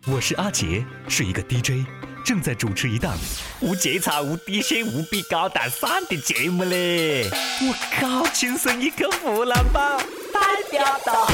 我是阿杰，是一个 DJ， 正在主持一档无节操、无底线、无比高大上的节目嘞！我靠，亲生一个湖南宝，代表到。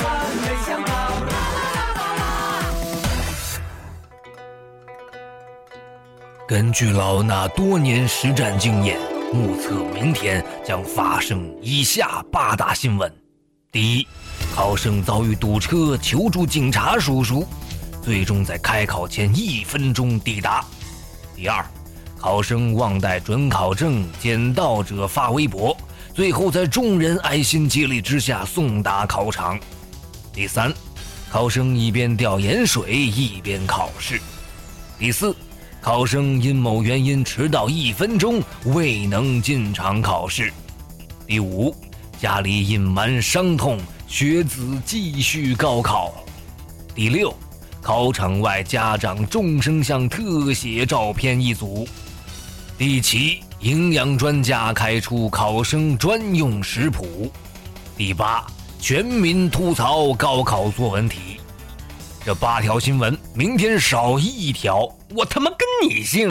根据老衲多年实战经验，目测明天将发生以下8大新闻：第一，考生遭遇堵车，求助警察叔叔，最终在开考前1分钟抵达。第二，考生忘带准考证，捡到者发微博，最后在众人爱心接力之下送达考场。第三，考生一边吊盐水一边考试。第四，考生因某原因迟到1分钟，未能进场考试。第五，家里隐瞒伤痛，学子继续高考。第六，考场外家长众生相特写照片一组。第七，营养专家开出考生专用食谱。第八，全民吐槽高考作文题。这8条新闻，明天少1条，我他妈跟你姓！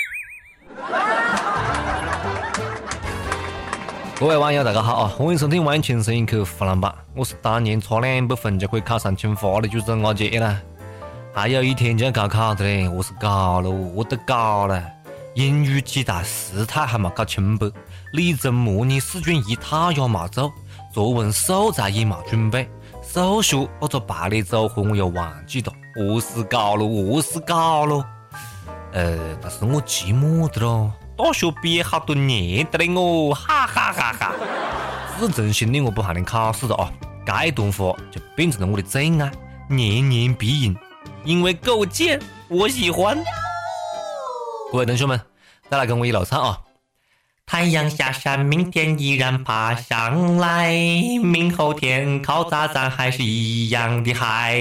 各位网友大家好啊，欢迎收听万千声音口湖南版，我是当年差2百分就可以考上清华的主持人阿杰啦。还有一天就要高考的嘞，我是搞了，我都搞了。英语几大4套还没搞清白，理综模拟试卷1套也没做，作文素材也没准备，数学那个排列组合我又忘记了，我是搞了。但是我寂寞的咯，大学毕业好多年的嘞我，哈哈哈哈。自从心里我不怕连考试了啊，这段话就变成了我的最爱，年年必应。因为够贱，我喜欢。各位同学们，再来跟我一路唱啊！太阳下山，明天依然爬上来，明后天考砸咱还是一样的嗨。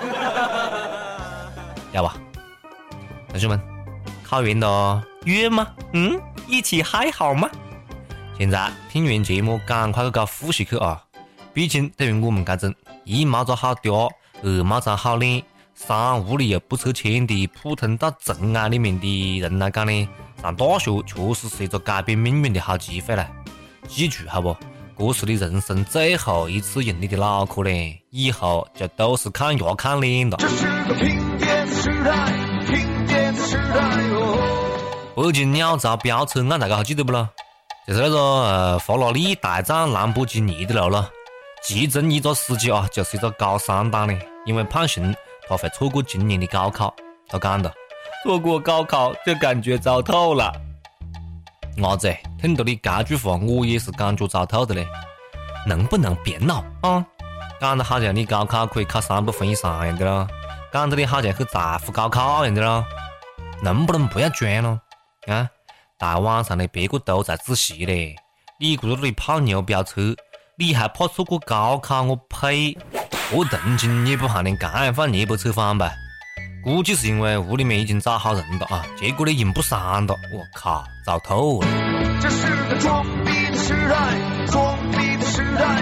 要吧，同学们，考完了约吗？一起嗨好吗？现在听完节目，赶快去搞复习去啊！毕竟对于我们这种1没找好嗲，2没长好脸，3屋里又不抽签的普通到尘埃里面的人来讲呢，上大学确实是一个改变命运的好机会了。记住好不？这是你人生最后一次用你的脑壳嘞，以后就都是看牙看脸了。这是个贫贱时代，贫贱时代哦。北京鸟巢飙车案大家还记得不咯？就是那个法拉利大战兰博基尼的路了。其中一个司机啊，就是一个高3党的，因为判刑他会错过今年的高考。他讲的，错过高考就感觉糟透了。伢子，听到你这句话，我也是感觉糟透的嘞。能不能别闹啊？讲得好像你高考可以考300分以上一样的咯，讲得你好像很在乎高考一样的咯。能不能不要装了啊？大晚上的别个都在自习嘞，你搁这里泡妞飙车，你还怕错过高考？我呸！我同情也不怕连这样放你也不扯谎吧？估计是因为屋里面已经找好人了啊，结果你用不上了，我靠，糟透了！这是个装逼的时代，装逼的时代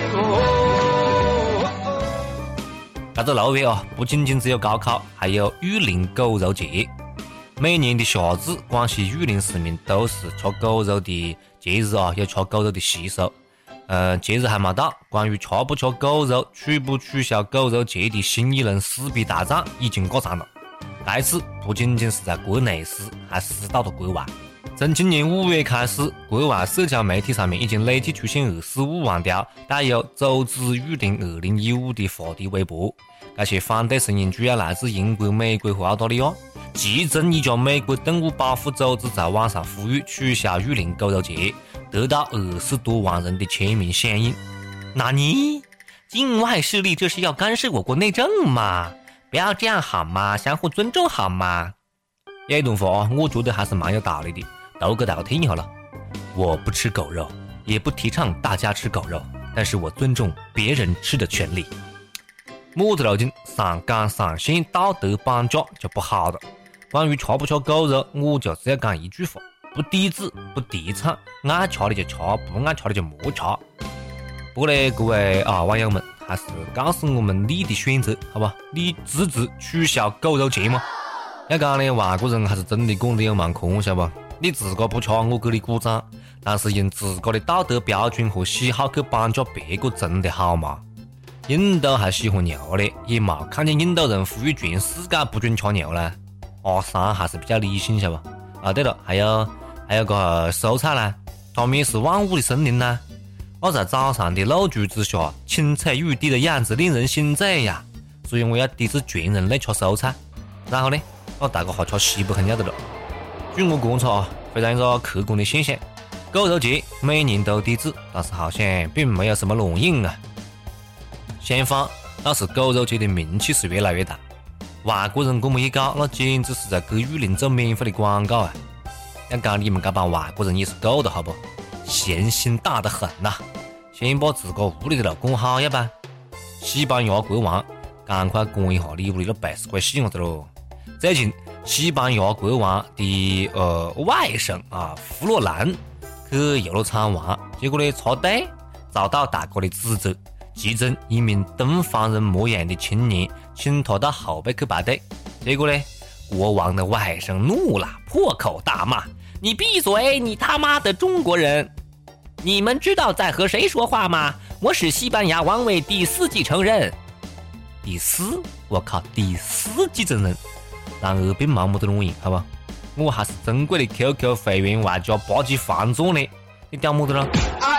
哦！这个6月啊，不仅仅只有高考，还有玉林狗肉节。每年的夏至，广西玉林市民都是吃狗肉的节日啊，有吃狗肉的习俗。节日还没到，关于吃不吃狗肉、取不取消狗肉节的新一轮撕逼大战已经过场了。这次不仅仅是在国内撕，还撕到了国外。从今年5月开始，国外社交媒体上面已经累计出现25万条带有“阻止玉林2015”的话题微博。这些反对声音主要来自英国、美国和澳大利亚。其中一家美国动物保护组织在网上呼吁取消玉林狗肉节，得到20多万人的签名响应。那你境外势力这是要干涉我国内政吗？不要这样好吗？相互尊重好吗？有一段话我觉得还是蛮有道理的，都给大家听一下了。我不吃狗肉，也不提倡大家吃狗肉，但是我尊重别人吃的权利。么子路径上纲上线，道德绑架就不好了。关于吃不吃狗肉，我就是要讲一句话：不抵制，不提倡，爱吃的就吃，不爱吃的就莫吃。不过呢，各位网友们， 还是告诉我们你的选择，好吧？你支持取消狗肉节吗？要讲呢，外国人还是真的讲得有蛮空，晓得不？你自个不吃，我给你鼓掌，但是用自个的道德标准和喜好去绑架别个，真的好吗？印度还喜欢牛的，也没看见印度人呼吁全世界不准吃牛呢。阿三还是比较理性，晓得不？啊，对了，还有个蔬菜呢，它们也是万物的生灵呢。我在早上的露珠之下，青翠欲滴的样子令人心醉呀，所以我要抵制全人类吃蔬菜。然后呢，我大个哈吃西北很要得了。据我观察啊，非常一个客观的现象，狗肉节每年都抵制，但是好像并没有什么卵用啊。相反，倒是狗肉节的名气是越来越大。外国人这么一搞，那简直是在给玉林做免费的广告啊！要讲你们这帮外国人也是够的，好不？闲心大得很呐！先把自个屋里的路管好，要不然西班牙国王赶快管一下你屋里的白事关细伢子喽！最近，西班牙国王的外甥啊，弗洛兰去游乐场玩，结果呢插队，遭到大家的指责。其中一名东方人模样的青年请他到后背去排队，结果呢，国王的外甥怒了，破口大骂：“你闭嘴！你他妈的中国人！你们知道在和谁说话吗？我是西班牙王位第4继承人。”第4？我靠，第4继承人！然而并没得卵用，好吧？我还是中国的 QQ 会员外加8级房座呢，你屌么子了？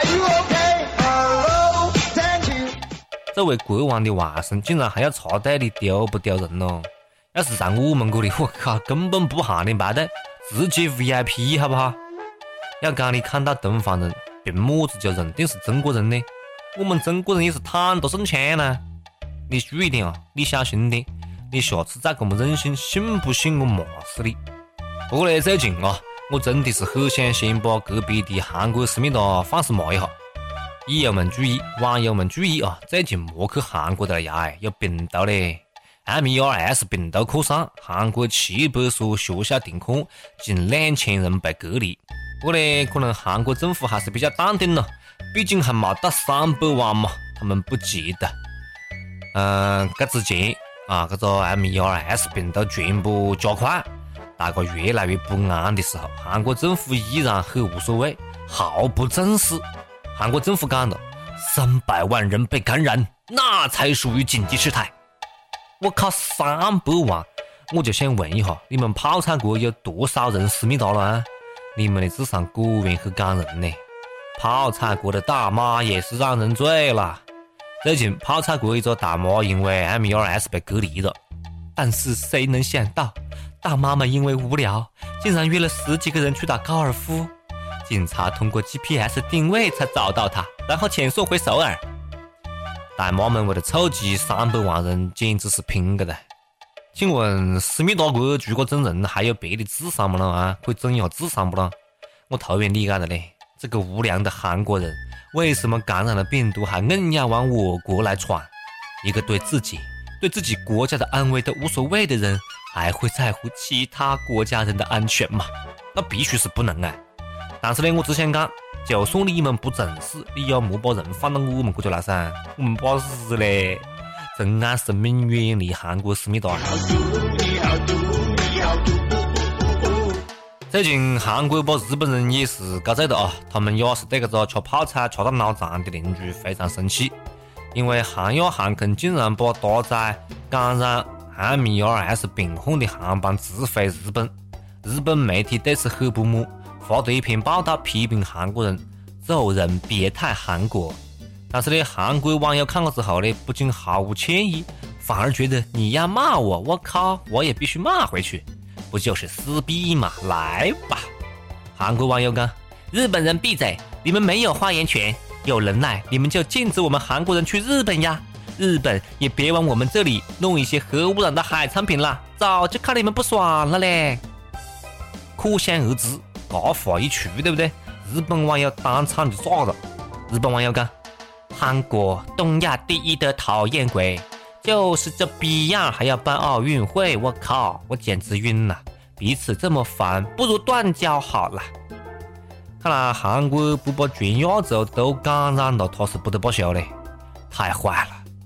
作为国王的外甥，竟然还要插队，你丢不丢人咯？要是在我们这里，我靠，根本不喊你排队，直接 VIP 好不好？要讲你看到东方人，凭么子就认定是中国人呢？我们中国人也是坦得顺枪呢。你注意点啊，你小心点，你下次再这么任性，信不信我骂死你？不过呢，最近啊，我真的是很想先把隔壁的韩国思密达放肆骂一下。益友们注意，网友们注意啊！最近莫去韩国的呀，有病毒嘞 ！MERS 病毒扩散，韩国700所学校停课，近2000人被隔离。不过呢，可能韩国政府还是比较淡定了，毕竟还没到300万嘛，他们不急的。这之前啊，这个 MERS 病毒传播加快，大家越来越不安的时候，韩国政府依然很无所谓，毫不重视。韩国政府讲了，300万人被感染，那才属于紧急事态。我靠，300万！我就想问一下，你们泡菜国有多少人思密达了啊？你们的智商果然很感人呢。泡菜国的大妈也是让人醉了。最近泡菜国一个大妈因为 MERS 被隔离了，但是谁能想到，大妈们因为无聊，竟然约了10几个人去打高尔夫。警察通过 GPS 定位才找到他，然后遣送回首尔。大妈们为了凑齐300万人，简直是拼个的。请问思密达国除了整人，还有别的智商不了啊？可以整一下智商不了？我突然理解了嘞，这个无良的韩国人为什么感染了病毒还硬要往我国来传？一个对自己国家的安危都无所谓的人，还会在乎其他国家人的安全吗？那必须是不能啊！但是呢，我只想讲，就算你们不重视，你也莫把人放到我们国家来噻，我们怕死嘞！珍爱生命，远离韩国思密达。最近韩国把日本人也是搞醉了啊，他们也是对这个吃泡菜吃到脑残的邻居非常生气，因为韩亚航空竟然把搭载感染 MERS 病患的航班直飞日本，日本媒体对此很不满。发了一篇报道批评韩国人做人别太韩国，但是呢，韩国网友看了之后呢，不仅毫无歉意，反而觉得你要骂我，我靠，我也必须骂回去，不就是撕逼嘛，来吧！韩国网友讲，日本人闭嘴，你们没有发言权，有能耐你们就禁止我们韩国人去日本呀，日本也别往我们这里弄一些核污染的海产品了，早就看你们不爽了嘞。可想而知，这话一出，对不对？日本网友当场就炸了。日本网友讲，韩国东亚第一的讨厌鬼，就是这逼样还要办奥运会，我靠，我简直晕了！彼此这么烦，不如断交好了。看来韩国不把全亚洲都感染了，他是不得不休嘞，太坏了！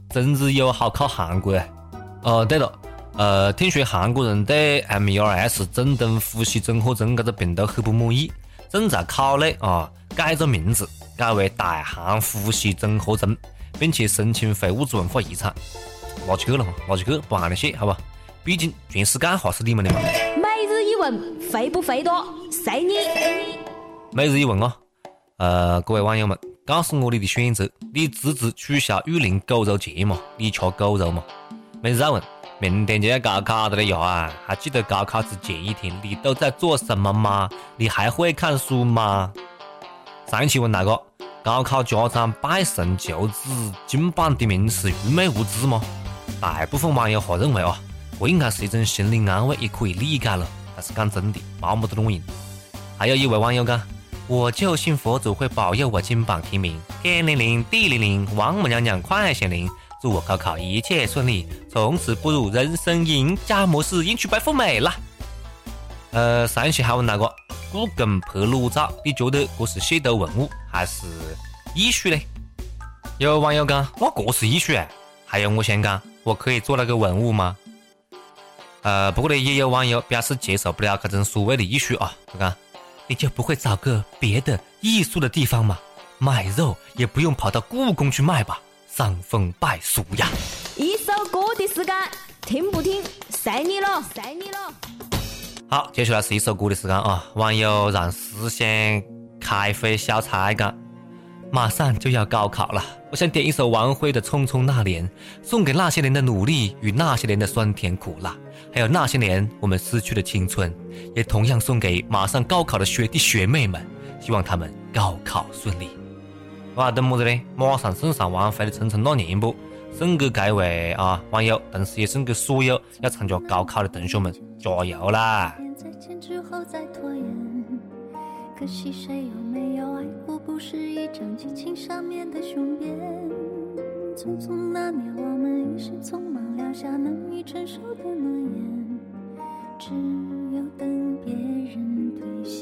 真是有好靠韩国对了，听说韩国人对 MERS 正等呼吸综合征这个病毒很不满意，正在考虑改个名字，改为大韩呼吸综合征，并且申请非物质文化遗产。拿去了，拿去不按你写，好吧？毕竟全世界还是你们的嘛。 每日一问，肥不肥多？随你。 每日一问各位网友们，告诉我你的选择，你支持取消玉林狗肉节吗？你吃狗肉吗？每日再问，明天就要高考的了还记得高考之前一天你都在做什么吗？你还会看书吗？上一期问大家，高考家长拜神求子金榜题名是愚昧无知吗？大部分网友认为这应该是一种心理安慰，也可以理解了。但是讲真的，没得卵用。还有一位网友讲，我就信佛祖会保佑我金榜题名，天灵灵地灵灵，王母娘娘快显灵，祝我高考一切顺利，从此步入人生赢家模式，迎娶白富美了。上一期还问大家，故宫拍裸照，你觉得这是亵渎文物还是艺术呢？有网友讲，这是艺术还有我想讲，我可以做那个文物吗？不过呢，也有网友表示接受不了这种所谓的艺术他讲，你就不会找个别的艺术的地方吗？买肉也不用跑到故宫去卖吧，伤风败俗呀。 一首歌的时间，听不听随你了，随你了。 好，接下来是一首歌的时间网友让思想开会小菜讲，马上就要高考了，我想点一首王菲的《匆匆那年》，送给那些年的努力与那些年的酸甜苦辣，还有那些年我们失去的青春，也同样送给马上高考的学弟学妹们，希望他们高考顺利。等么子呢？马上送上王菲的《匆匆那年》不？送给各位网友，同时也送给所有要参加高考的同学们，加油啦！ 可惜谁有没有爱过，不是一张激情上面的雄辩。匆匆那年，我们一时匆忙撂下难以承受的诺言，只有等别人兑现。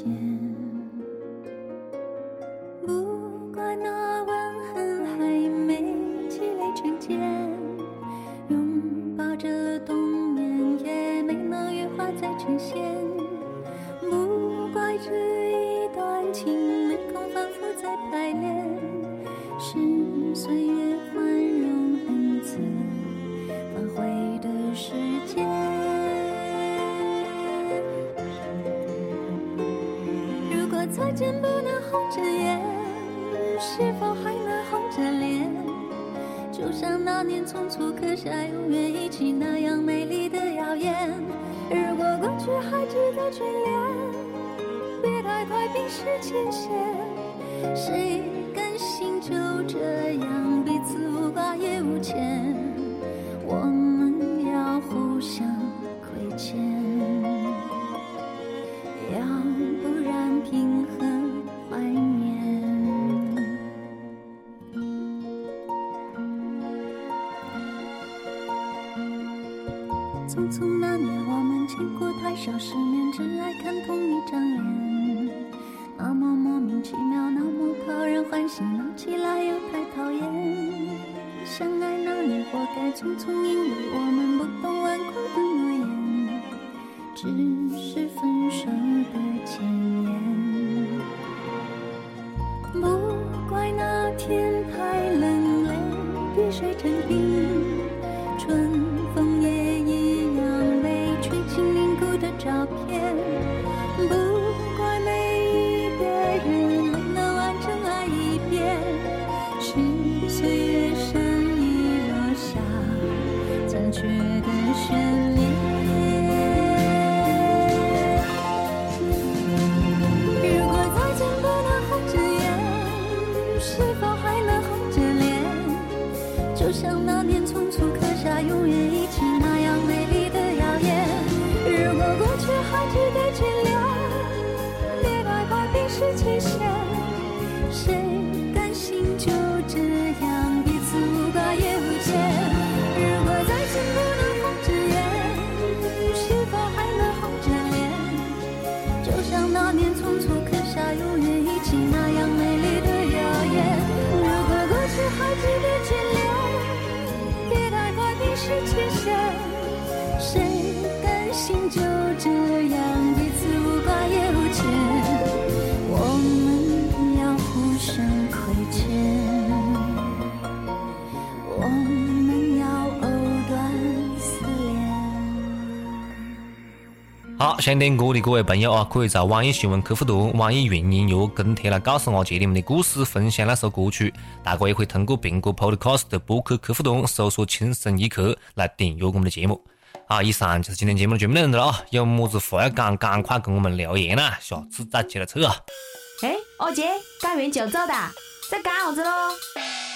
不怪那吻痕还没积累成茧，拥抱着冬眠也没能羽化再成仙。不怪这一段情没空反复再排练，是岁月宽容恩赐反悔的时间。如果再见不能红着眼，是否还能红着脸？就像那年匆促刻下永远一起那样美丽的谣言。如果过去还值得眷恋，别太快冰释前嫌。谁甘心就这样彼此无挂也无牵？我们要互相亏欠，要不然凭何怀念？匆匆那年，我们见过太少世面，只爱看同一张脸，那么莫名其妙，那么讨人欢喜，闹起来又太讨厌。相爱那年，活该匆匆，因为我们不懂顽固的诺言，只是分手的前言。不怪那天太冷，泪滴水成冰，春风也一样被吹进凝固的照片。不怪每一个人没能完整爱一遍，是岁月善意落下残缺的悬念。如果再见不能红着眼，是否还能红着脸？就像那年匆促刻下永远一起那样美丽的谣言。如果过去还值得眷恋， 就这样彼此无挂也无牵，我们要互相亏欠，我们要藕断丝连。 好，想点歌的各位朋友啊，可以在网易新闻客户端、网易云音乐跟帖来告诉阿杰你们的故事，分享那首歌曲。大家也可以通过苹果 Podcast 的播客客户端搜索轻松一刻来订阅我们的节目。好，以上就是今天节目的全部内容了啊！有么子话要讲，赶快跟我们留言啊！下次再接着扯啊！ 哎，阿杰，讲完就走的，在干啥子咯？